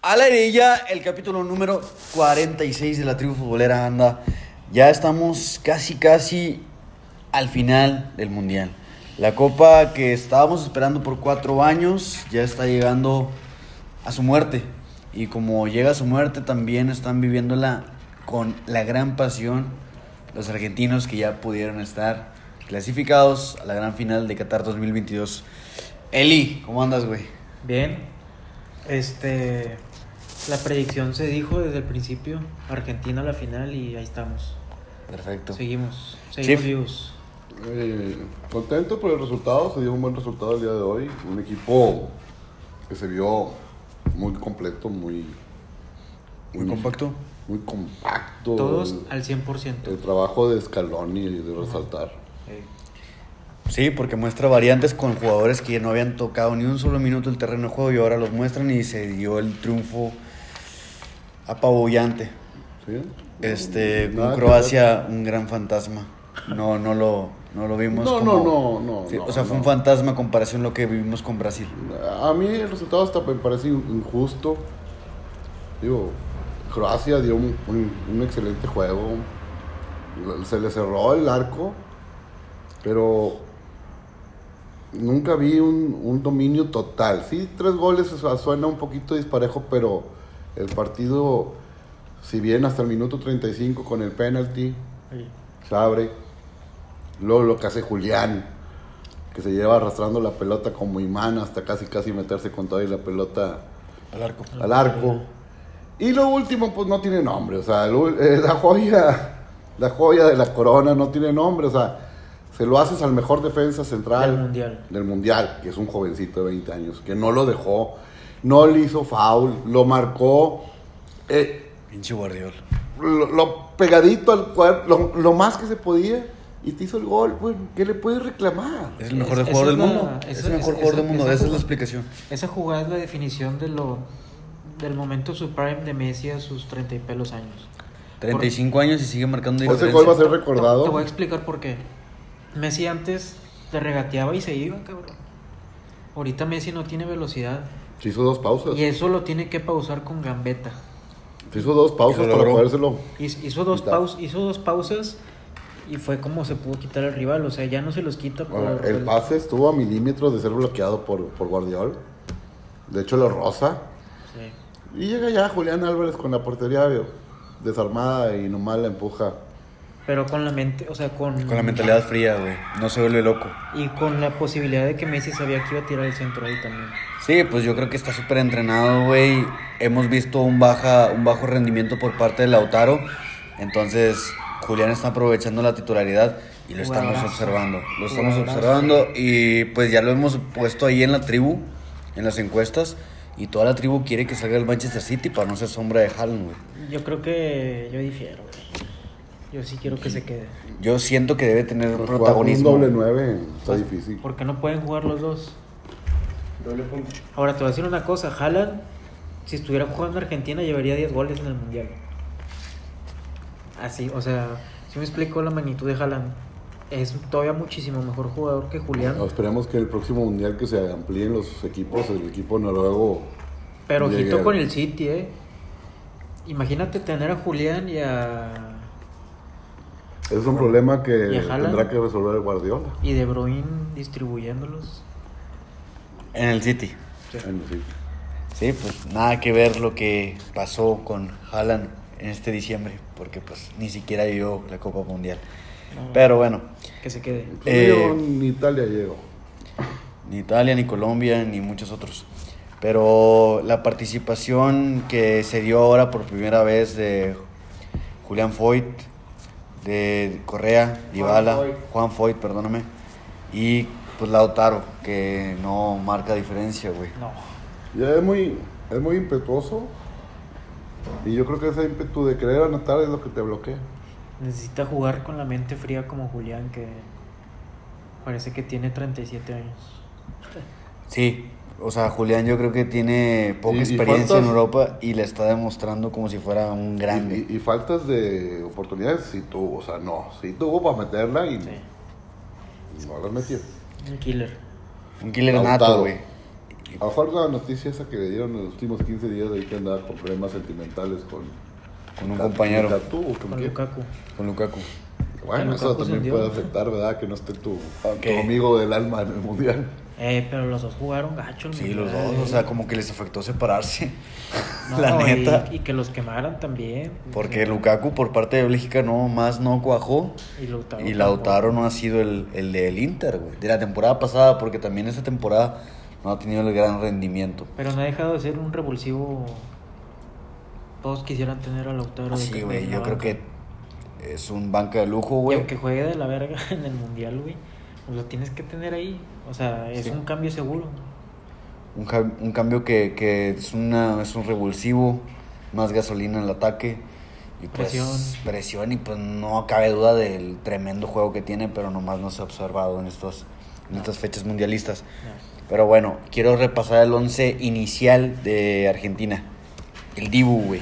A la orilla, el capítulo número 46 de la Tribu Futbolera anda. Ya estamos casi al final del Mundial. La copa que estábamos esperando por 4 años ya está llegando a su muerte. Y como llega a su muerte, también están viviéndola con la gran pasión los argentinos que ya pudieron estar clasificados a la gran final de Qatar 2022. Eli, ¿cómo andas, güey? Bien. La predicción se dijo desde el principio, Argentina a la final y ahí estamos. Perfecto. Seguimos Chief. vivos. Contento por el resultado, se dio un buen resultado el día de hoy. Un equipo que se vio muy completo, muy compacto. Muy compacto. Todos al 100%. El trabajo de Scaloni de resaltar. Sí, porque muestra variantes con jugadores que no habían tocado ni un solo minuto el terreno de juego y ahora los muestran y se dio el triunfo apabullante. ¿Sí? Con Croacia, un gran fantasma. No lo vimos No. Sí, o sea, fue un fantasma en comparación a lo que vivimos con Brasil. A mí el resultado hasta me parece injusto. Digo, Croacia dio un excelente juego. Se le cerró el arco, pero nunca vi un dominio total. Sí, 3 goles suena un poquito disparejo, pero el partido, si bien hasta el minuto 35 con el penalti, se abre. Luego lo que hace Julián, que se lleva arrastrando la pelota como imán hasta casi meterse con toda la pelota al arco. Y lo último, pues no tiene nombre. O sea, la joya de la corona no tiene nombre. O sea, se lo haces al mejor defensa central del mundial, que es un jovencito de 20 años, que no lo dejó, no le hizo foul, lo marcó. Pinche Guardiola. Lo pegadito al cuerpo, lo más que se podía, y te hizo el gol. Bueno, ¿qué le puedes reclamar? Es el mejor jugador del mundo. Es el mejor jugador del mundo, esa es la explicación. Esa jugada es la definición del momento supreme de Messi a sus 30 y pelos años. 35 años y sigue marcando diferencia. Ese gol va a ser recordado. Te voy a explicar por qué. Messi antes te regateaba y se iba, cabrón. Ahorita Messi no tiene velocidad. Se hizo 2 pausas. Y eso lo tiene que pausar con gambeta. Se hizo 2 pausas para podérselo. Hizo dos pausas y fue como se pudo quitar al rival. O sea, ya no se los quita por... El pase estuvo a milímetros de ser bloqueado por Guardiola. De hecho, lo roza. Sí. Y llega ya Julián Álvarez con la portería desarmada y nomás la empuja. Pero con la mente, o sea, con la mentalidad fría, güey. No se vuelve loco. Y con la posibilidad de que Messi sabía que iba a tirar el centro ahí también. Sí, pues yo creo que está súper entrenado, güey. Hemos visto un bajo rendimiento por parte de Lautaro. Entonces, Julián está aprovechando la titularidad y lo estamos observando. Lo estamos observando y pues ya lo hemos puesto ahí en la tribu, en las encuestas. Y toda la tribu quiere que salga el Manchester City para no ser sombra de Haaland, güey. Yo creo que yo difiero, güey. Yo sí quiero que se quede. Yo siento que debe tener Pues protagonismo. Un doble 9 está difícil. ¿Por qué no pueden jugar los dos? Ahora te voy a decir una cosa. Haaland, si estuviera jugando en Argentina, llevaría 10 goles en el Mundial. Así, o sea, si me explico la magnitud de Haaland. Es todavía muchísimo mejor jugador que Julián. Esperemos que el próximo mundial que se amplíen los equipos, el equipo noruego. Pero ojito con el City, Imagínate tener a Julián y a... Es un problema que Haaland, tendrá que resolver el Guardiola. Y De Bruyne distribuyéndolos. En el City. Sí, pues nada que ver lo que pasó con Haaland en este diciembre, porque pues ni siquiera llegó la Copa Mundial. No, pero bueno. Que se quede. Ni Italia llegó. Ni Italia, ni Colombia, ni muchos otros. Pero la participación que se dio ahora por primera vez de Julián Foyt, de Correa, Dybala, Juan Foyt, perdóname, y pues Lautaro, que no marca diferencia, güey. No. Ya es muy impetuoso. Y yo creo que ese ímpetu de querer anotar es lo que te bloquea. Necesita jugar con la mente fría como Julián, que parece que tiene 37 años. Sí, o sea, Julián yo creo que tiene poca experiencia en Europa y le está demostrando como si fuera un grande. Y faltas de oportunidades sí tuvo, o sea, no, sí tuvo para meterla y no las metió. Un killer. Un killer nato, güey. A lo mejor la noticia esa que le dieron en los últimos 15 días de ahí que andaba con problemas sentimentales con un compañero. Con Lukaku. Bueno, eso Lukaku también se puede hundió, afectar, ¿verdad? Que no esté tu Ok. amigo del alma en el mundial. Pero los dos jugaron gacho. el Sí, los mundial, dos, o sea, como que les afectó separarse. No, La neta. Y que los quemaran también. Porque Lukaku por parte de Bélgica no cuajó. Y Lautaro no ha sido el del Inter, güey. De la temporada pasada, porque también esta temporada no ha tenido el gran rendimiento. Pero no ha dejado de ser un revulsivo. Todos quisieran tener a Lautaro. Sí, güey, en la yo creo banca. que es un banca de lujo, Y güey. aunque juegue de la verga en el mundial, güey, pues lo tienes que tener ahí. O sea, es un cambio seguro. Un cambio que es un revulsivo, más gasolina en el ataque. Y pues, presión y pues no cabe duda del tremendo juego que tiene, pero nomás no se ha observado en estas fechas mundialistas. No. Pero bueno, quiero repasar el 11 inicial de Argentina. El Dibu, güey.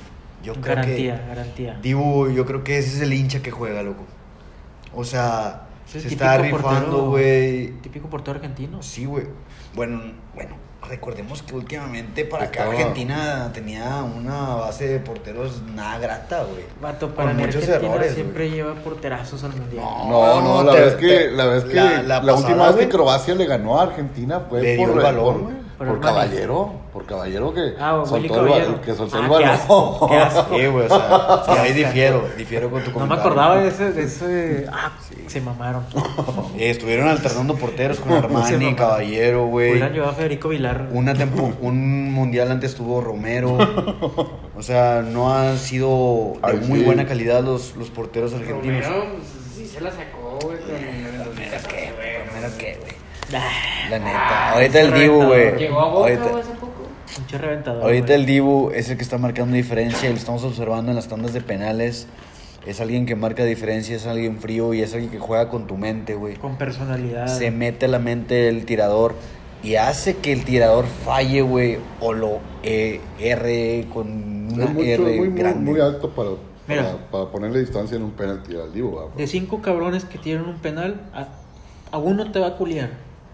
Garantía. Dibu, yo creo que ese es el hincha que juega, loco. O sea, Es el se está típico rifando, güey. Típico portero argentino. Sí, güey. Bueno, recordemos que últimamente para acá Estaba- Argentina tenía una base de porteros nada grata, güey. Vato, para Con mí muchos Argentina errores, siempre lleva porterazos al mundial. No, la vez que la pasada, última vez güey, que Croacia le ganó a Argentina fue le dio por el balón, güey. por Caballero que Willy soltó Caballero. que soltó el Qué balón. asco, qué asco. Sí, güey, o sea, ahí difiero con tu No comentario. me acordaba de ese. Se mamaron. Estuvieron alternando porteros con Se Armani, mamaron. Caballero, güey. Hubieran llevado a Federico Vilar. Un mundial antes tuvo Romero. O sea, no han sido de Ay, muy sí. buena calidad los porteros argentinos. Romero, pues, sí se la sacó, güey, con el Romero qué, güey. Ah, La neta. Ahorita el Dibu, güey. Llegó a Boca, Ahorita- güey, hace poco. Pinche reventador. Ahorita güey. el Dibu es el que está marcando diferencia y lo estamos observando en las tandas de penales. Es alguien que marca diferencia, es alguien frío y es alguien que juega con tu mente, güey. Con personalidad. Se mete a la mente del tirador y hace que el tirador falle, güey, o lo erre con una Es R grande. muy alto Mira. para ponerle distancia en un penalti al Dibu. ¿verdad? De 5 cabrones que tienen un penal, a uno te va a culiar.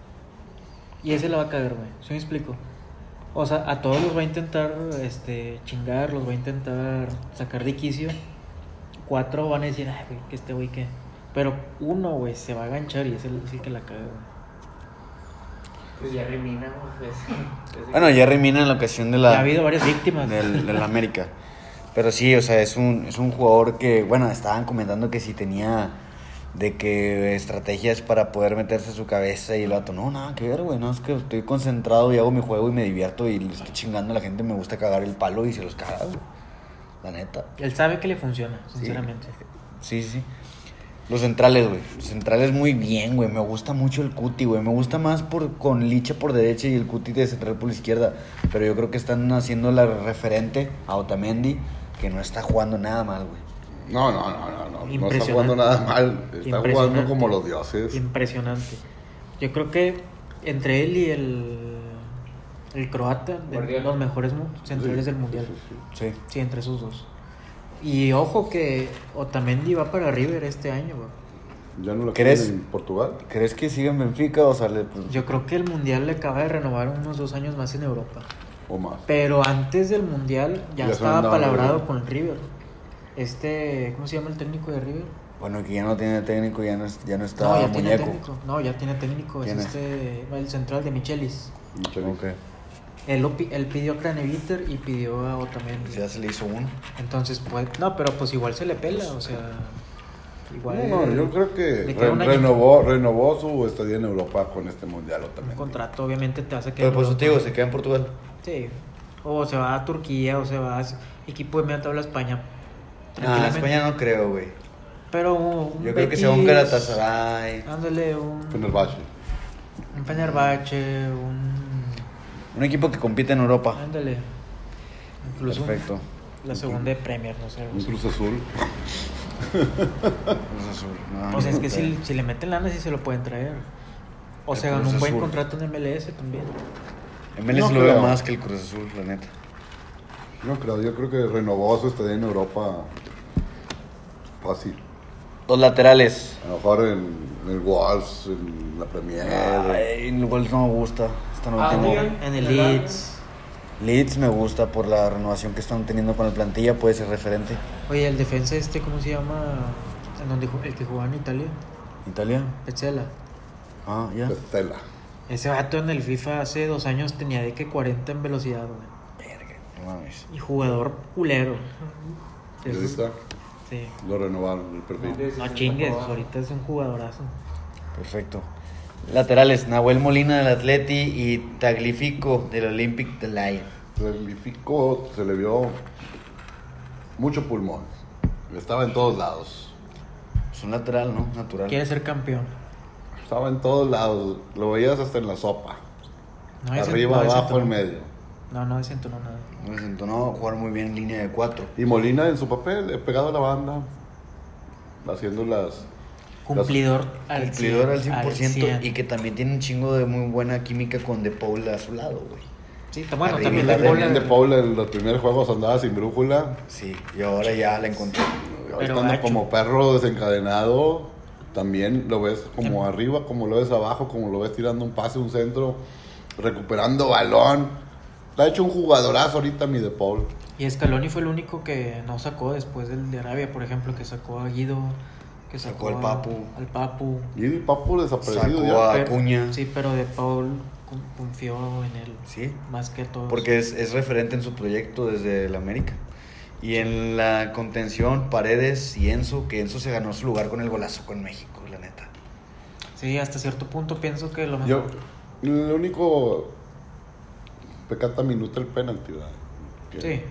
Y ese la va a caer, güey. ¿Sí me explico? O sea, a todos los va a intentar chingar, los va a intentar sacar de quicio. 4 van a decir, ay, güey, que este güey qué. Pero uno, güey, se va a ganchar y es el que la caga, güey. Pues Jerry Mina, güey. pues, Bueno, Jerry Mina en la ocasión de Ya ha habido varias víctimas. del América. Pero sí, o sea, es un jugador que, bueno, estaban comentando que si tenía de que estrategias para poder meterse a su cabeza y el vato, no, nada que ver, güey, no, es que estoy concentrado y hago mi juego y me divierto y le estoy chingando a la gente, me gusta cagar el palo y se los caga, güey. La neta. Él sabe que le funciona, sinceramente. Sí. Los centrales, güey. Los centrales muy bien, güey. Me gusta mucho el Cuti, güey. Me gusta más con Licha por derecha y el Cuti de central por la izquierda. Pero yo creo que están haciendo la referente a Otamendi, que no está jugando nada mal, güey. No. No está Impresionante. jugando nada mal. Está Impresionante. jugando como los dioses. Impresionante. Yo creo que entre él y el croata, de Guardiola. los mejores centrales del mundial. Sí. Sí. Sí, entre esos dos. Y ojo que Otamendi va para River este año, güey. ¿Ya no lo ¿Crees? quieren en Portugal? ¿Crees que sigue en Benfica o sale? Pues, Yo creo que el mundial le acaba de renovar unos 2 años más en Europa. ¿O más? Pero antes del mundial ya Ya se estaba andaba palabrado River. con River. ¿Cómo se llama el técnico de River? bueno, que ya no tiene técnico, ya no está No, ya tiene muñeco. técnico. No, ya tiene técnico. ¿Quién Es el central de Michelis. Ok. Él pidió a Craneviter y pidió a Otamendi. Pues ya se le hizo uno. Entonces, pues, no, pero pues igual se le pela, o sea, igual. No, yo creo que le queda un año. renovó su estadía en Europa con este mundial Un también. contrato, obviamente te vas a quedar. Pero pues te digo, se queda en Portugal. Sí. O se va a Turquía, o se va a equipo de media tabla a España. Ah, Tranquilamente. España no creo, güey. Pero un Yo creo que se va un Betis, Galatasaray. Ándale, un Fenerbahce. Fenerbahce, Un equipo que compite en Europa. ándale. Incluso Perfecto. la segunda de Premier, no sé. Un Cruz Azul. Cruz Azul. No, O sea, es que no, si le meten lana, sí se lo pueden traer. O El se ganó Cruz un buen Azul. contrato en MLS también. MLS No lo veo creo. más que el Cruz Azul, la neta. No creo, yo creo que renovó su estadía en Europa fácil. Los laterales. A lo mejor en el Wolves, en la Premier. Ay, el Wolves no me gusta. Están último. Digan. En el Leeds. Leeds me gusta por la renovación que están teniendo con la plantilla, puede ser referente. Oye, el defensa ¿cómo se llama? En donde el que jugaba en Italia. ¿Italia? Petzela. Ah, ya. Estela. Ese vato en el FIFA hace 2 años tenía de que 40 en velocidad, güey. Verga, no mames. Y jugador culero. Y ahorita Sí. lo renovaron el perfil. No chingues, ahorita es un jugadorazo. Perfecto. Laterales, Nahuel Molina del Atleti y Tagliafico del Olympic de Lyon. Tagliafico se le vio mucho pulmón. Estaba en todos lados. Es un lateral, ¿no? Natural. Quiere ser campeón. Estaba en todos lados. Lo veías hasta en la sopa. No Arriba, abajo, en medio. No desentonó nada. No desentonó, jugar muy bien en línea de 4. Y Molina en su papel, pegado a la banda. Haciendo las... Cumplidor Cumplidor al 100%, 100. y que también tiene un chingo de muy buena química con De Paul a su lado, güey. Sí, bueno, Arriba también la de También Paul. de Paul en los primeros juegos andaba sin brújula. Sí, y ahora ya la encontré. Pero Estando gacho. como perro desencadenado, también lo ves como arriba, como lo ves abajo, como lo ves tirando un pase, un centro, recuperando balón. Ha hecho un jugadorazo ahorita mi De Paul. Y Scaloni fue el único que no sacó después del de Arabia, por ejemplo, que sacó a Guido, que Sacó sacó al Papu. al Papu. Y el Papu desaparecido Sacó ya. a Pero- Acuña. Sí, pero de Paul confió en él Sí, más que todos. porque es referente en su proyecto desde el América. Y en la contención, Paredes y Enzo, que Enzo se ganó su lugar con el golazo con México, la neta. Sí, hasta cierto punto pienso que lo mejor. Yo, el único pecata minuta el penalti, ¿verdad? Que Sí.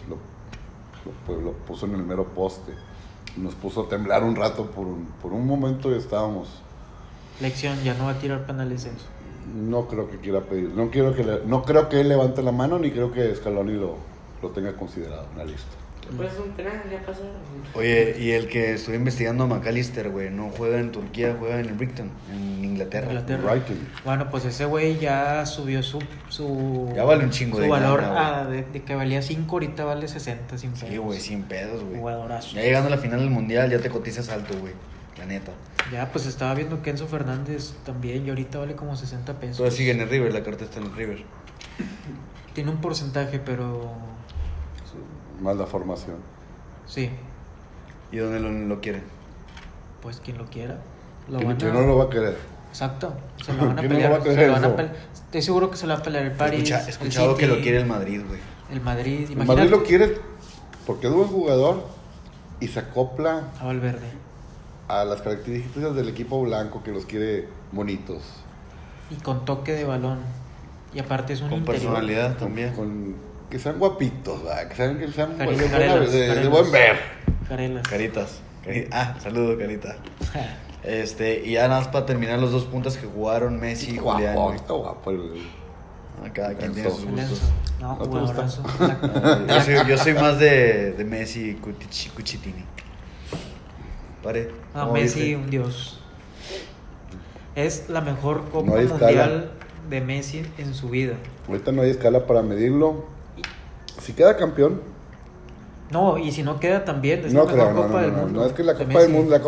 lo puso en el mero poste. Nos puso a temblar un rato por un momento y estábamos. Lección, ya no va a tirar penales Enzo. No creo que quiera pedir. No creo que él levante la mano ni creo que Scaloni lo tenga considerado en la lista. Pues un penal, ya pasaron. Oye, y el que estuve investigando, McAllister, güey, no juega en Turquía, juega en el Brighton, en Inglaterra. Inglaterra. Brighton. Bueno, pues ese güey ya subió su Ya vale un chingo su de valor lana, de que valía 5, ahorita vale 60 sin pedos. Sí, güey, sin pedos, güey. Jugadorazo. Ya llegando a la final del mundial, ya te cotizas alto, güey. La neta. Ya, pues estaba viendo que Enzo Fernández también y ahorita vale como 60 pesos. Todavía sigue en el River, la carta está en el River. Tiene un porcentaje, pero Más la formación. sí, ¿Y dónde lo quieren? pues quien lo quiera. Lo Que van a- no lo va a querer. Exacto, se lo van a ¿Quién no pelear. lo va a se querer lo van a eso? Estoy seguro que se lo va a pelear el París. He escuchado el que City, lo quiere el Madrid, güey. El Madrid. El Imagínate. Madrid lo quiere porque es buen jugador y se acopla A Valverde. a las características del equipo blanco que los quiere bonitos. Y con toque de balón. Y aparte es un Con interior. personalidad también. Que sean guapitos, ¿verdad? que sean Carelas, de carelas. buen ver. Carelas. Caritas. Saludo, Carita. Y ya nada más para terminar los 2 puntas que jugaron Messi y Julián. Guapo, güey. está guapo el... Cada quien tiene sus El gustos. Enzo. No, ¿No te gusta? jugadorazo. Yo soy más de Messi y Cucitini. Pare. No, ¿cómo Messi, viste? un dios. Es la mejor Copa No hay Mundial escala. de Messi en su vida. Ahorita no hay escala para medirlo. Si queda campeón, No, y si no queda también, es no la creo, mejor Copa del Mundo. no, es que la de Copa del Messi. Mundo,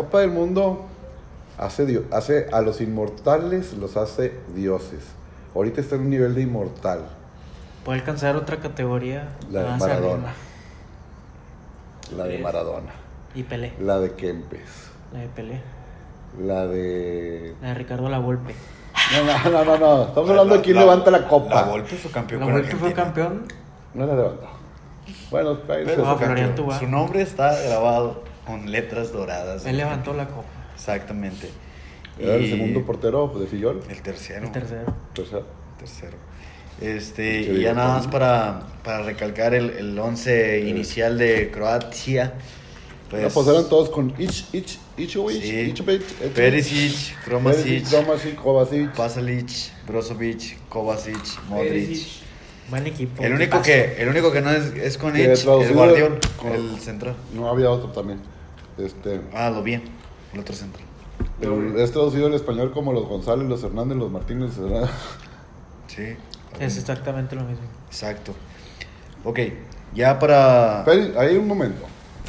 hace a los inmortales los hace dioses. Ahorita está en un nivel de inmortal. Puede alcanzar otra categoría. La de más Maradona. arriba. La de Maradona, Y Pelé. la de Kempes, La de Pelé. la de... La de Ricardo Lavolpe. No. Estamos hablando de quién levanta la copa. La Volpe fue campeón con Lavolpe fue Argentina. campeón. No la levanta. Bueno, ahí Pero No, fue Florian campeón. Tubá. Su nombre está grabado con letras doradas. Él levantó la copa. se- Exactamente. era el Y segundo portero de Fillol. El tercero. El tercero. Tercero. Tercero. Pinche Y ya director. nada más para recalcar el 11 inicial de Croacia. Pues eran todos con Ichovic, Sí. Perisic, Kromasic, Kovacic. Pasalic, Brozovic, Kovacic, Modric. Buen equipo. El único que no es con Que Itch, es traducido Guardiol, con- el central. No había otro también. Lo bien, el otro central. Es traducido al español como los González, los Hernández, los Martínez. ¿Verdad? Sí. Es exactamente lo mismo. Exacto. Ok, ya para... Hay un momento.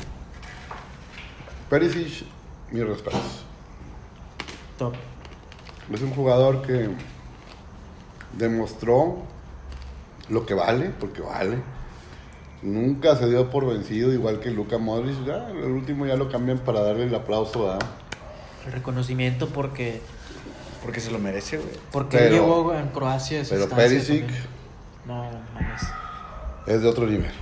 Perisic, mis respetos. Top. Es un jugador que demostró lo que vale, porque vale. Nunca se dio por vencido, igual que Luka Modric. Ya, el último ya lo cambian para darle el aplauso, ¿verdad? El reconocimiento porque Porque se lo merece, güey. él llegó en Croacia a esa Pero instancia Perisic también. No mames. es de otro nivel.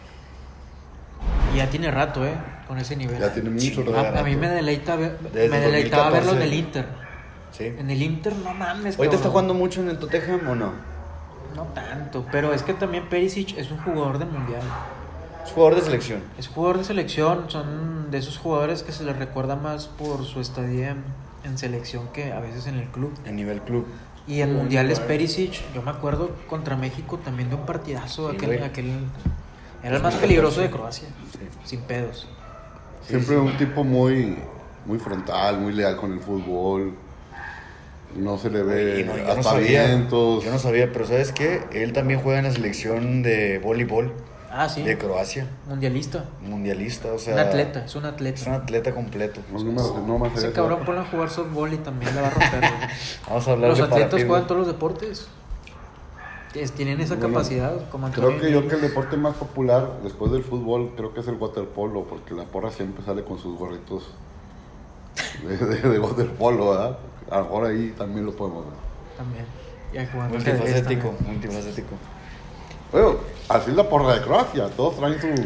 Y ya tiene rato, con ese nivel. Ya tiene mucho A mí me deleitaba Desde verlo en 2014. el Inter. Sí. En el Inter, no mames. ¿Ahorita está cabrón. jugando mucho en el Tottenham o no? No tanto, pero es que también Perisic es un jugador de mundial. Es jugador de selección. Es jugador de selección, son de esos jugadores que se les recuerda más por su estadía en selección que a veces en el club. En nivel club. Y en mundiales Perisic, yo me acuerdo contra México también de un partidazo, Sí, aquel güey. era el más peligroso de Croacia, sin pedos. Siempre un tipo muy, muy frontal, muy leal con el fútbol. No se le Y ve no, yo no sabía. aspavientos. Yo no sabía, pero ¿sabes qué? Él también juega en la selección de voleibol Ah, sí, de Croacia. mundialista, Mundialista, o sea. un atleta, es un atleta. Es un atleta completo. No me Ese hace cabrón ponlo a jugar softball y también la va a romper. güey. Vamos a hablar Los de atletas parapismo. juegan todos los deportes. Tienen esa Bueno, capacidad. Como Creo que Antonio el deporte más popular después del fútbol creo que es el waterpolo, porque la porra siempre sale con sus gorritos de waterpolo, ¿verdad? A lo mejor ahí también lo podemos ver. también. Ya jugando ajedrez Multifacético, también. multifacético. Bueno, así es la porra de Croacia, todos traen su...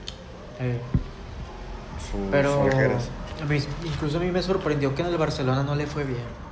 Pero Sus orejeras. incluso a mí me sorprendió que en el Barcelona no le fue bien.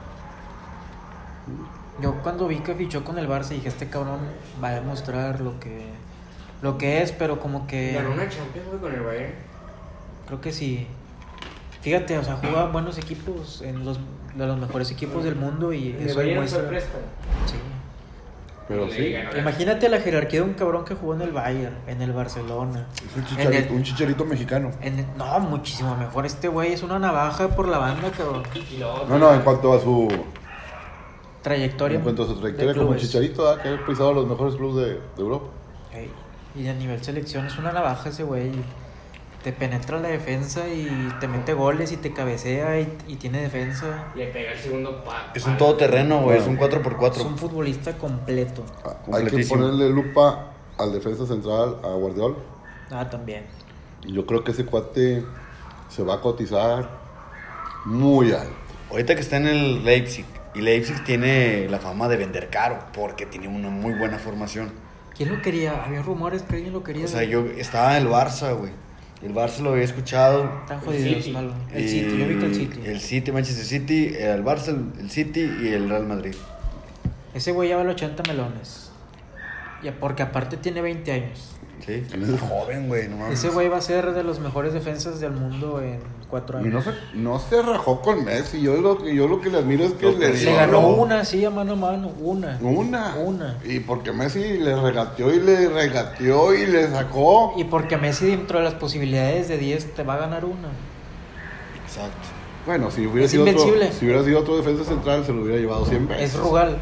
Yo cuando vi que fichó con el Barça dije, este cabrón va a demostrar lo que es, pero como que... Ganó una Champions, güey, con el Bayern. Creo que sí. Fíjate, o sea, juega buenos equipos, de los mejores equipos del mundo y El eso Bayern demuestra. fue préstamo. Sí. Pero sí, Imagínate la jerarquía de un cabrón que jugó en el Bayern, en el Barcelona. es un chicharito mexicano. No, muchísimo mejor. Este güey es una navaja por la banda, cabrón. Y luego, No, en cuanto a su Trayectoria. trayectoria de como clubes. chicharito, ¿verdad? Que ha pisado los mejores clubes de Europa. Ey, y a nivel selección es una navaja ese güey. Te penetra la defensa y te mete goles y te cabecea y tiene defensa. le pega el segundo pa. Es un todoterreno, güey. Es un Es 4x4. un futbolista completo. Hay que Completísimo. ponerle lupa al defensa central, a Guardiola. Ah, también. Yo creo que ese cuate se va a cotizar muy alto. Ahorita que está en el Leipzig. Y Leipzig tiene la fama de vender caro. Porque tiene una muy buena formación. ¿Quién lo quería? Había rumores que alguien lo quería. O sea, yo estaba en el Barça, güey. El Barça lo había escuchado. Tan jodidos, City. malo. El City, yo vi que el City. El City, Manchester City, el Barça, el City y el Real Madrid. Ese güey ya vale 80 melones. Ya, porque aparte tiene 20 años. Sí, es joven, güey, no mames. Ese güey va a ser de los mejores defensas del mundo en 4 Y años. no se rajó con Messi. Yo lo que le admiro es que Lo le que dio. Le ganó una, sí, a mano, una. Una. Y porque Messi le regateó y le sacó. Y porque Messi dentro de las posibilidades de 10 te va a ganar una. Exacto. Bueno, si hubiera Es sido invencible. si hubiera sido otro defensa central, se lo hubiera llevado 100 veces. Es Rugal,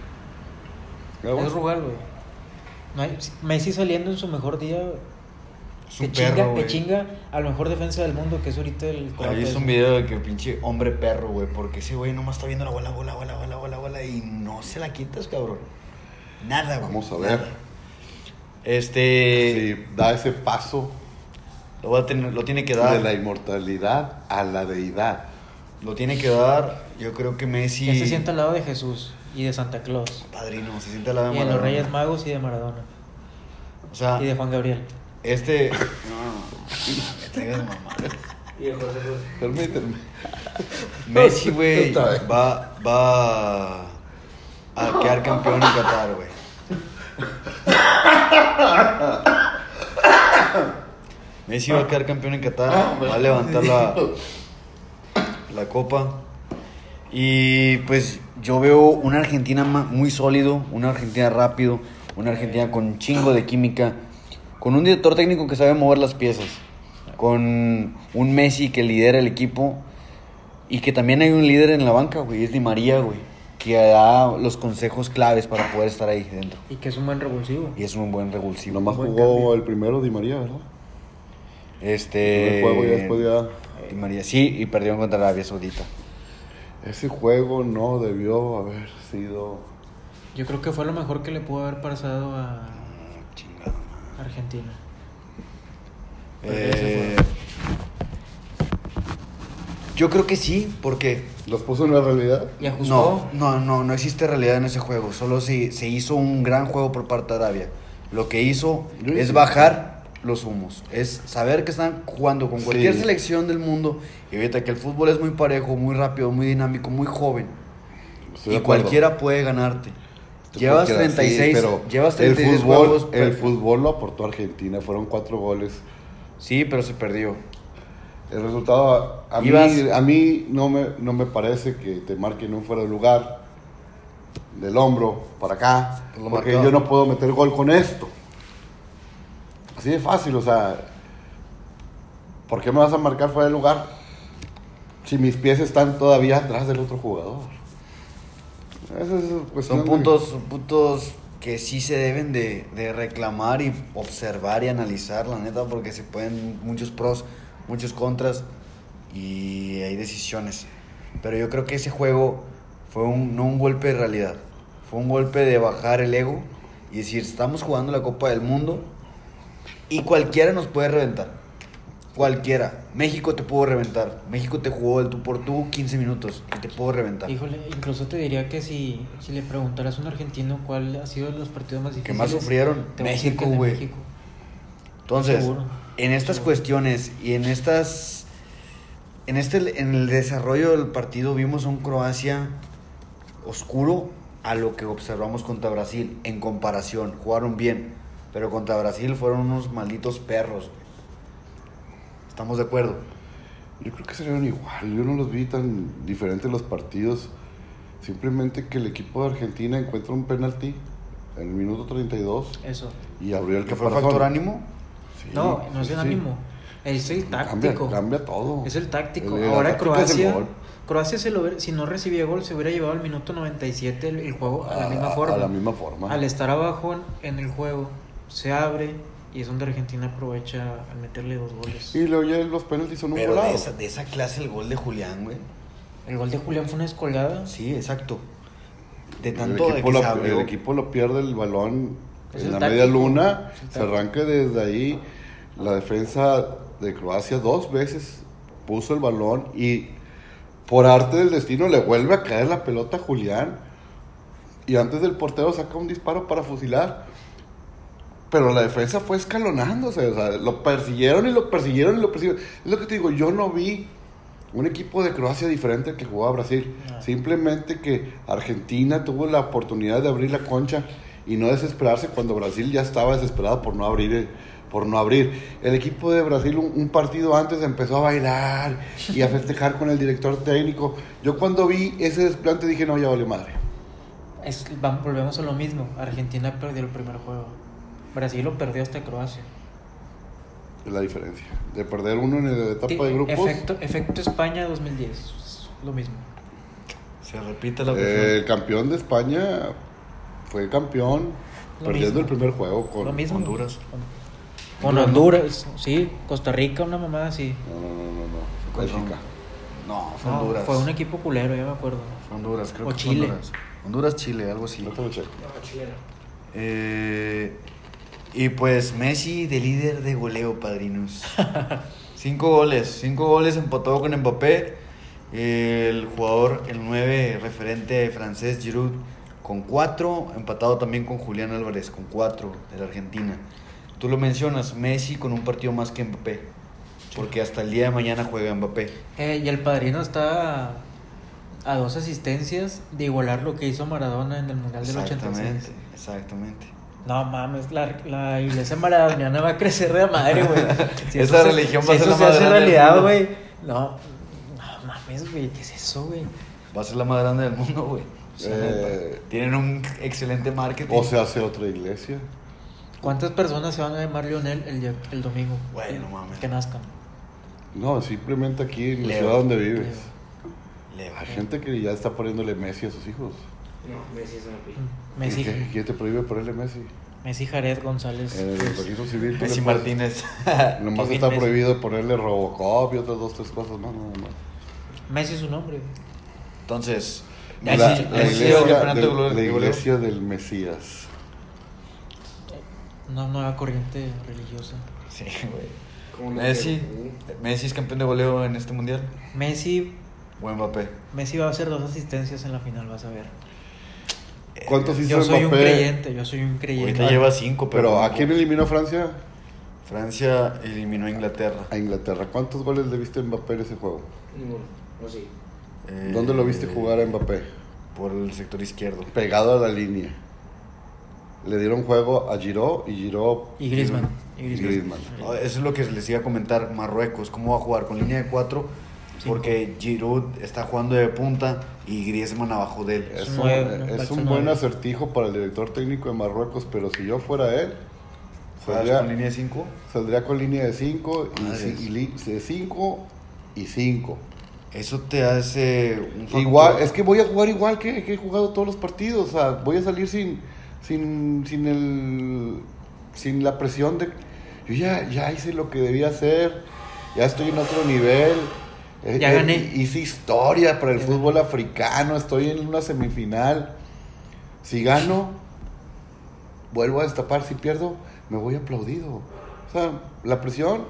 Pero bueno, es Rugal, güey. No hay, Messi saliendo en su mejor día, Es un que chinga, perro, que güey. chinga al mejor defensa del mundo, que es ahorita el Ahí es un video de que pinche hombre perro, güey. Porque ese güey nomás está viendo la bola y no se la quitas, cabrón. Nada, güey. Vamos a ver. Nada. si da ese paso Lo tiene que de dar. la inmortalidad a la deidad. Lo tiene que dar. Yo creo que Messi. Ya se sienta al lado de Jesús y de Santa Claus. Padrino, se siente al lado de Y de los Maradona. Reyes Magos y de Maradona. O sea, Y de Juan Gabriel. no, me traigas mamadas. Y de José José. Permítanme. Messi, güey, Otra vez. va a quedar campeón en Qatar, güey. Messi va a quedar campeón en Qatar, va a levantar la copa. Y pues yo veo una Argentina muy sólido, una Argentina rápido, una Argentina con un chingo de química, con un director técnico que sabe mover las piezas, con un Messi que lidera el equipo y que también hay un líder en la banca, güey, es Di María, güey, que da los consejos claves para poder estar ahí dentro. Y que es un buen revulsivo. Y es un buen revulsivo. Nomás Buen jugó cambio. el primero Di María, ¿verdad? El El juego ya después ya. Di María, sí, y perdieron contra Arabia Saudita. Ese juego no debió haber sido Yo creo que fue lo mejor que le pudo haber pasado a Chingada. Argentina. Yo creo que sí, porque ¿Los puso en la realidad? Y ajustó. no existe realidad en ese juego. Solo se hizo un gran juego por parte de Arabia. Lo que hizo es bajar los humos. Es saber que están jugando con cualquier Sí. selección del mundo. Y ahorita que el fútbol es muy parejo, muy rápido, muy dinámico, muy joven. Estoy de Y acuerdo. cualquiera puede ganarte. Llevas Cualquiera, 36, sí, pero llevas 36 el fútbol, juegos. el fútbol lo aportó Argentina, fueron 4 goles. Sí, pero se perdió. El resultado, a mí no me parece que te marquen un fuera de lugar del hombro para acá, Pues lo porque marcaba. yo no puedo meter gol con esto. Así de fácil, o sea, ¿por qué me vas a marcar fuera de lugar si mis pies están todavía atrás del otro jugador? Esa es cuestión Son puntos que sí se deben de reclamar y observar y analizar, la neta, porque se pueden muchos pros, muchos contras y hay decisiones. Pero yo creo que ese juego fue no un golpe de realidad, fue un golpe de bajar el ego y decir, estamos jugando la Copa del Mundo y cualquiera nos puede reventar. Cualquiera. México te pudo reventar. México te jugó el tú por tú 15 minutos y te pudo reventar. Híjole, incluso te diría que si le preguntaras a un argentino cuál ha sido los partidos más Que difíciles, más sufrieron, te va a decir México, que el de güey. México. Entonces, Seguro. en estas Seguro. cuestiones y en el desarrollo del partido vimos un Croacia oscuro a lo que observamos contra Brasil. En comparación, jugaron bien, pero contra Brasil fueron unos malditos perros, güey. ¿Estamos de acuerdo? Yo creo que serían igual, yo no los vi tan diferentes los partidos. Simplemente que el equipo de Argentina encuentra un penalti en el minuto 32 Eso. y abrió el ¿Que fue caparazón. factor ánimo? Sí, No es sí, el sí. ánimo. Es el táctico. Cambia todo. Es el táctico. La Ahora táctica es el Croacia. gol. Croacia si no recibía gol, se hubiera llevado al minuto 97 el juego a la misma forma. A la misma forma. Al estar abajo en el juego, se abre y es donde Argentina aprovecha al meterle 2 goles. Y luego ya los penaltis son un Pero golazo. de esa clase el gol de Julián, güey. El gol de Julián fue una escolgada. Sí, exacto. De El tanto de equipo, que se el abrió. equipo lo pierde el balón Es en el la táctico. media luna, Es el se táctico. arranca desde ahí. La defensa de Croacia 2 veces puso el balón y por arte del destino le vuelve a caer la pelota a Julián. Y antes del portero saca un disparo para fusilar. Pero la defensa fue escalonándose, o sea, lo persiguieron y lo persiguieron y lo persiguieron. Es lo que te digo, yo no vi un equipo de Croacia diferente al que jugaba Brasil. No. Simplemente que Argentina tuvo la oportunidad de abrir la concha y no desesperarse cuando Brasil ya estaba desesperado por no abrir. El equipo de Brasil un partido antes empezó a bailar y a festejar con el director técnico. Yo cuando vi ese desplante dije, no, ya vale madre. Volvemos a lo mismo. Argentina perdió el primer juego. Brasil lo perdió hasta Croacia. Es la diferencia. De perder uno en la etapa de grupos. Efecto España 2010. Es lo mismo. Se repite la El campeón de España fue campeón Lo perdiendo mismo. el primer juego con Lo mismo. Honduras. Con Honduras, sí. Costa Rica, una mamada así. No. Bélgica. No, fue No, Honduras. fue un equipo culero, ya me acuerdo. Fue Honduras, creo O que Chile. fue Honduras. Honduras, Chile, algo así. No te lo checo. No, chileno. Y pues Messi de líder de goleo, padrinos. 5 goles, empatado con Mbappé. El jugador, el 9 referente francés, Giroud, con 4. Empatado también con Julián Álvarez, con 4 de la Argentina. Tú lo mencionas, Messi con un partido más que Mbappé. Porque hasta el día de mañana juega Mbappé. Y el padrino está a 2 asistencias de igualar lo que hizo Maradona en el Mundial del 86. Exactamente. No mames, la iglesia maradoniana va a crecer de madre, güey. Esa religión va a ser la se más hace grande del realidad, mundo. güey. No mames, güey, ¿qué es eso, güey? Va a ser la más grande del mundo, güey. La neta. Tienen un excelente marketing. O se hace otra iglesia. ¿Cuántas personas se van a llamar Lionel el domingo? Güey, no mames. Que nazcan. No, simplemente aquí en la Leo. ciudad donde vives. Leo. Hay gente que ya está poniéndole Messi a sus hijos. No, Messi es una pija. Messi, ¿Quién te prohíbe ponerle Messi? Messi Jared González. En el registro civil. tú Messi le puedes- Martínez. Nomás Kevin está Messi. prohibido ponerle Robocop y otras 2, 3 cosas. No. Messi es su nombre, güey. Entonces, Ya, La, sí, la ese sí, iglesia, campeonato del, de goleo. la iglesia del Mesías. Una nueva corriente religiosa. Sí, güey. Como lo Messi. que- Messi es campeón de goleo en este mundial. Messi O Mbappé. va a hacer 2 asistencias en la final, vas a ver. ¿Cuántos hizo Yo soy un Mbappé? creyente, yo soy un creyente. Ahorita lleva 5, Pero ¿a quién eliminó Francia? Francia eliminó a Inglaterra. A Inglaterra. ¿Cuántos goles le viste a Mbappé en ese juego? Ninguno. No, sí. ¿Dónde lo viste jugar a Mbappé? Por el sector izquierdo. Pegado a la línea. Le dieron juego a Giroud y Giroud... Y Griezmann. Y Griezmann. No, eso es lo que les iba a comentar. Marruecos, ¿cómo va a jugar? Con línea de 4. Porque Giroud está jugando de punta y Griezmann abajo de él. Es Es un, nueve, ¿no? es Falso un buen nueve. acertijo para el director técnico de Marruecos, pero si yo fuera él, ¿Juegas saldría, con línea de 5? saldría con línea de 5 Madres. de 5 y 5. Eso te hace un factor. Igual, es que voy a jugar igual que he jugado todos los partidos. O sea, voy a salir sin la presión de. Yo ya hice lo que debía hacer. Ya estoy en otro nivel. Ya gané. Hice historia para el fútbol africano. Estoy en una semifinal. Si gano, vuelvo a destapar. Si pierdo, me voy aplaudido. O sea, la presión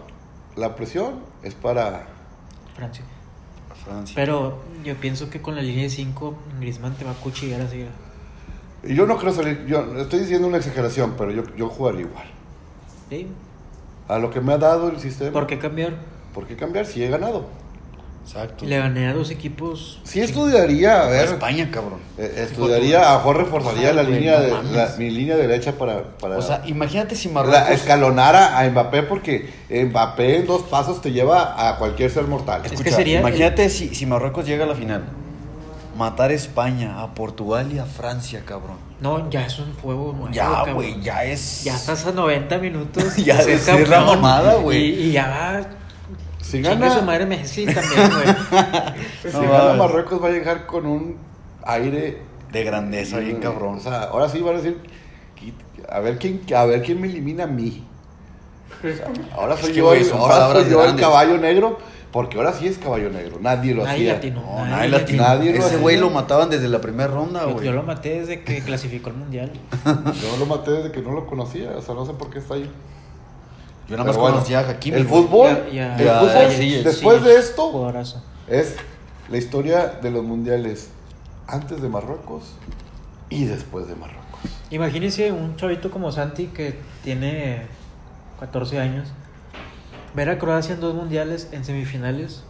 es para. Francia. Francia. Pero yo pienso que con la línea de 5, Griezmann te va a cuchillar así. Y yo no creo salir. Yo estoy diciendo una exageración, pero yo jugaría igual. ¿Sí? A lo que me ha dado el sistema. ¿Por qué cambiar? ¿Por qué cambiar si he ganado? Exacto. Le gané a 2 equipos. Sí estudiaría, a A ver. España, cabrón. Estudiaría, a lo mejor reforzaría la Güey, línea no de mames. mi línea derecha para O sea, imagínate si la Marruecos. escalonara a Mbappé, porque Mbappé en 2 pasos te lleva a cualquier ser mortal. Es que Escucha, sería- imagínate si Marruecos llega a la final. Matar a España, a Portugal y a Francia, cabrón. No, ya es un juego nuevo. Ya, cabrón. güey, ya es. Ya estás a 90 minutos. Ya de ser es decir la campeón. mamada, güey. Y ya va. Si Chingue gana, su madre Messi también, güey. si No, gana mames. Marruecos va a llegar con un aire De grandeza, bien cabrón. O sea, ahora sí van a decir, a ver quién me elimina a mí. O sea, ahora Es soy que, yo, güey, son ahora palabras soy yo el grandes. caballo negro, porque ahora sí es caballo negro. Nadie lo Nadie hacía. latino. No, Nadie nadie latino. latino. Nadie lo Ese hacía. güey lo mataban desde la primera ronda, Yo güey. lo maté desde que clasificó el mundial. Yo lo maté desde que no lo conocía, o sea, no sé por qué está ahí. Yo nada más Pero bueno, conocía a Hakimi. el güey. fútbol, Ya- el ya- fútbol, sí, después sí, de esto, Jugadorazo. es la historia de los mundiales antes de Marruecos y después de Marruecos. Imagínense un chavito como Santi que tiene 14 años. Ver a Croacia en 2 mundiales en semifinales.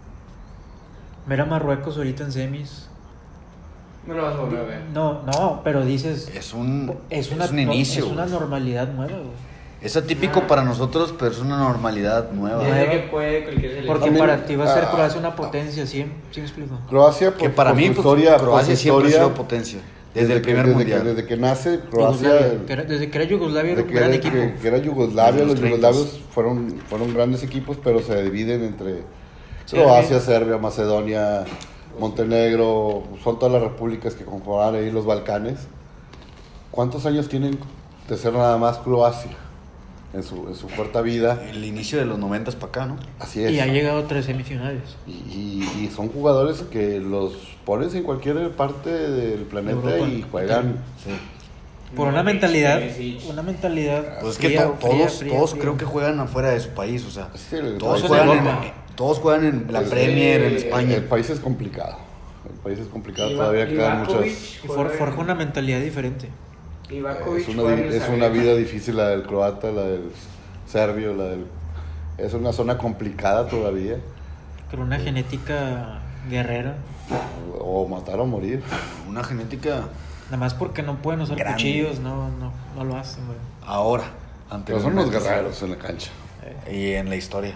Ver a Marruecos ahorita en semis. No lo vas a volver a ver. No, pero dices. Es un no- inicio. Es una güey. normalidad nueva, güey. Es atípico para nosotros, pero es una normalidad nueva. Nueva. Desde que puede cualquier selección. Porque También, para ti va a ser ah, Croacia una potencia, ¿sí? ¿Sí me explico? Croacia, Que para por mí, su pues, historia, Croacia por su siempre ha historia, sido potencia. Desde el primer desde mundial. desde que nace, Croacia, Desde que era Yugoslavia era desde un que gran era, equipo. que era Yugoslavia, Desde los los 30s. yugoslavios fueron grandes equipos, pero se dividen entre Serbia. Croacia, Serbia, Macedonia, Montenegro, son todas las repúblicas que conforman ahí los Balcanes. ¿Cuántos años tienen de ser nada más Croacia en su corta vida? El inicio de los 90 para acá, ¿no? Así es. Y ha llegado a 3 semifinales. Y son jugadores que los pones en cualquier parte del planeta Europa. y juegan. Sí. Por una Modric, mentalidad. Messi. Una mentalidad. Pues es que fría, todos fría, todos fría. creo que juegan afuera de su país, o sea, Sí, el todos país juegan en en, Europa. todos juegan en la Pues, Premier en El España. país es complicado. El país es complicado. Iva- Todavía quedan Livakovic muchas. Y juega en- forja una mentalidad diferente. Livakovic Es juega en una Zagreb. vida difícil la del croata, la del serbio, es una zona complicada todavía. Con una genética guerrera. O matar o morir. Una genética Nada más porque no pueden usar Grande. cuchillos, no lo hacen, güey. ahora, Pero son los anteriormente, guerreros en la cancha. y en la historia.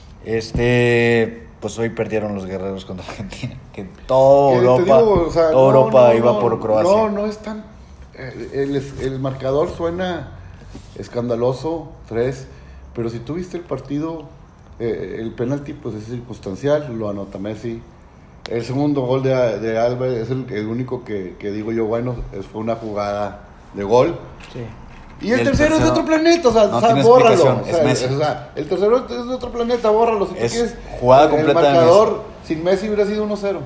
Pues hoy perdieron los guerreros contra Argentina, que toda Que te Europa, digo, o sea, toda Europa no, iba no, por Croacia. No es tan. El marcador suena escandaloso, 3, pero si tú viste el partido, el penalti pues es circunstancial, lo anota Messi. El segundo gol de Álvarez es el único que digo yo, bueno, fue una jugada de gol. Sí. Y el El tercero es de tercero otro planeta, o sea, no o sea, tiene bórralo. explicación, O sea, es Messi. o sea, el tercero es de otro planeta, bórralo. Si tú Es quieres, jugada el completa de marcador sin Messi hubiera sido 1-0.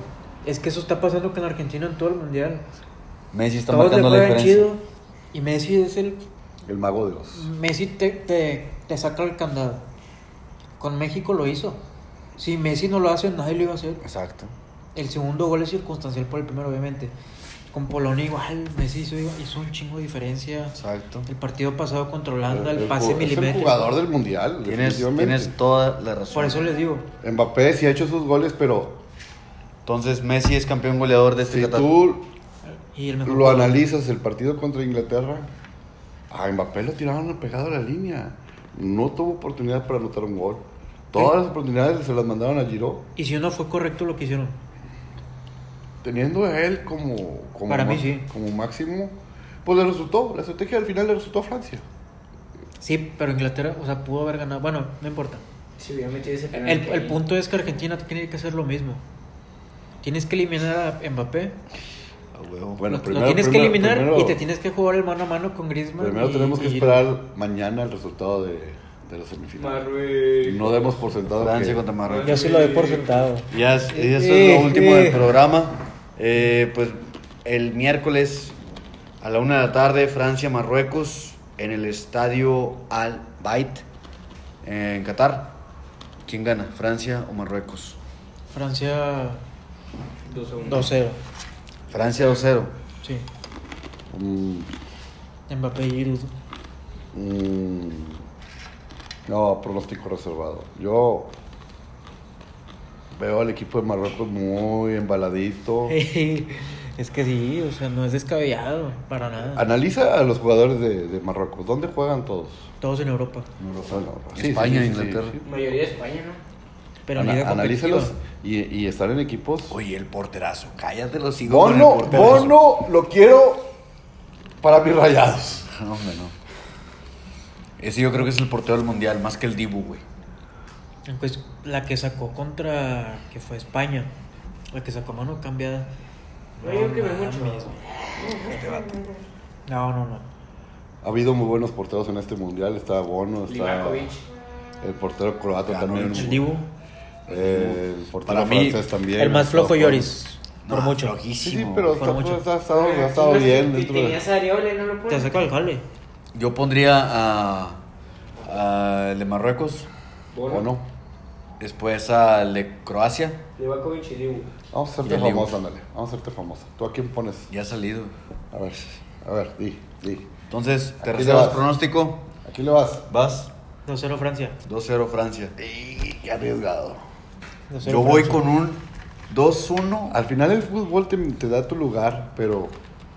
Es que eso está pasando con Argentina en todo el mundial. Messi está Todos le marcando la juegan diferencia. chido. Y Messi es el. El mago de los. Messi te saca el candado. Con México lo hizo. Si Messi no lo hace, nadie lo iba a hacer. Exacto. El segundo gol es circunstancial por el primero, obviamente. Con Polonia igual, Messi hizo un chingo de diferencia. Exacto. El partido pasado contra Holanda, el pase Es el milimétrico. jugador del mundial, definitivamente. Tienes toda la razón. Por eso les digo. Mbappé sí ha hecho sus goles, pero Entonces, Messi es campeón goleador de este si Qatar. tú Y el mejor lo jugador. analizas, el partido contra Inglaterra, a Mbappé lo tiraron pegado a la línea. No tuvo oportunidad para anotar un gol. Todas las oportunidades se las mandaron a Giroud, Y si no fue correcto lo que hicieron. teniendo a él como Para mí sí. como máximo, pues le resultó. La estrategia al final le resultó a Francia. Sí, pero Inglaterra, o sea, pudo haber ganado. Bueno, no importa. Si hubiera metido ese penal. El punto es que Argentina tiene que hacer lo mismo. Tienes que eliminar a Mbappé. A huevo. Bueno, Lo tienes que eliminar y te tienes que jugar el mano a mano con Griezmann. Primero tenemos que esperar mañana el resultado de la semifinal. Marruecos. No demos por sentado Francia que contra Marruecos. Yo sí lo doy por sentado. Ya eso es lo último del programa. Pues el miércoles a la 1 de la tarde, Francia-Marruecos en el estadio Al Bayt en Qatar. ¿Quién gana? ¿Francia o Marruecos? Francia 2-1. 2-0. Francia 2-0. Sí. mm, Mbappé y Giroud. no, pronóstico reservado. Yo veo al equipo de Marruecos muy embaladito. Es que sí, o sea, no es descabellado para nada. Analiza a los jugadores de Marruecos. ¿Dónde juegan todos? Todos en Europa. Bueno, España, Inglaterra. Mayoría de España, ¿no? Pero liga competitiva. Analízalos y están en equipos. Oye, el porterazo. Cállate los hijos con el Bono, porterazo. Bono lo quiero para mis Rayados. No, hombre, no. Ese yo creo que es el portero del mundial, más que el Dibu, güey. Pues la que sacó contra, que fue España, la que sacó mano cambiada. No, yo que me mames, mucho. güey. No. Ha habido muy buenos porteros en este mundial. Está Bono, está Livakovic. el portero croata Ganovic. también. El Dibu, El portero Para mí, francés también. el más flojo Lloris, por No, mucho. Sí, flojísimo. sí, pero Por mucho. ha estado bien Y dentro de... tenías a Areola y no lo Te pones. saca el jale. Yo pondría a el de Marruecos, Bono. después al de Croacia. Livakovic y Dibu. Vamos a Y hacerte el Dibu. famosa, ándale. Vamos a hacerte famosa. ¿Tú a quién pones? Ya ha salido. A ver, di. Entonces, ¿te Aquí reservas le vas. pronóstico? Aquí le vas. Vas 2-0 Francia. 2-0 Francia. Qué arriesgado. 2-0 Yo voy Francia. con un 2-1. Al final el fútbol te da tu lugar, pero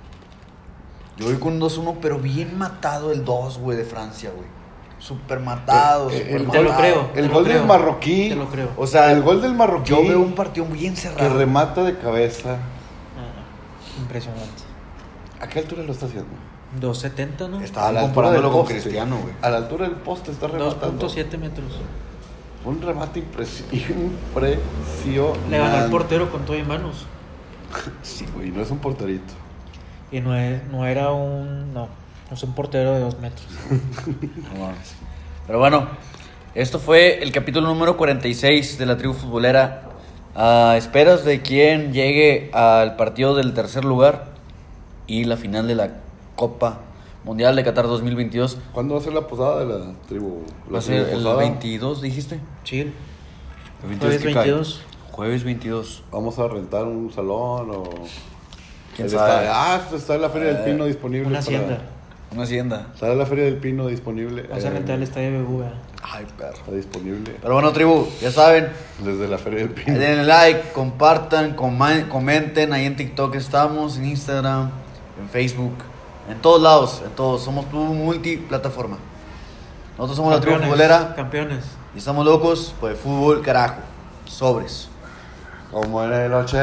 Yo voy con un 2-1, pero bien matado el 2, güey, de Francia, güey. Súper matado, súper el Te lo matado. creo. el te lo gol creo. del marroquí, Te lo creo. O sea, el gol del marroquí yo veo un partido bien que cerrado. remata de cabeza. Impresionante. ¿A qué altura lo está haciendo? 2.70, ¿no? Estaban A la altura comparándolo del con poste. Cristiano, güey. A la altura del poste está rematando. 2.7 metros. Un remate impresionante. Le ganó al portero con todo y manos. Sí, güey, no es un porterito. Y no era un. No es un portero de 2 metros. No mames. Pero bueno, esto fue el capítulo número 46 de la tribu futbolera. A esperas de quien llegue al partido del tercer lugar y la final de la Copa Mundial de Qatar 2022. ¿Cuándo va a ser la posada de la tribu? Va a ser el 22, dijiste. Chill. El Jueves ¿qué cae? 22. Jueves 22. ¿Vamos a rentar un salón o...? ¿Quién Está- sabe? está la Feria del Pino disponible. Una para- hacienda. Una hacienda. Está la Feria del Pino disponible. Vas a rentar el estadio de BBVA. Ay, perro. Está disponible Pero bueno, tribu, ya saben. desde la Feria del Pino. Denle like, compartan, comenten. Ahí en TikTok estamos, en Instagram, en Facebook, en todos lados, en todos. Somos tu multiplataforma. Nosotros somos la tribu futbolera Campeones. y estamos locos por el fútbol, carajo. Sobres. Como en el 80.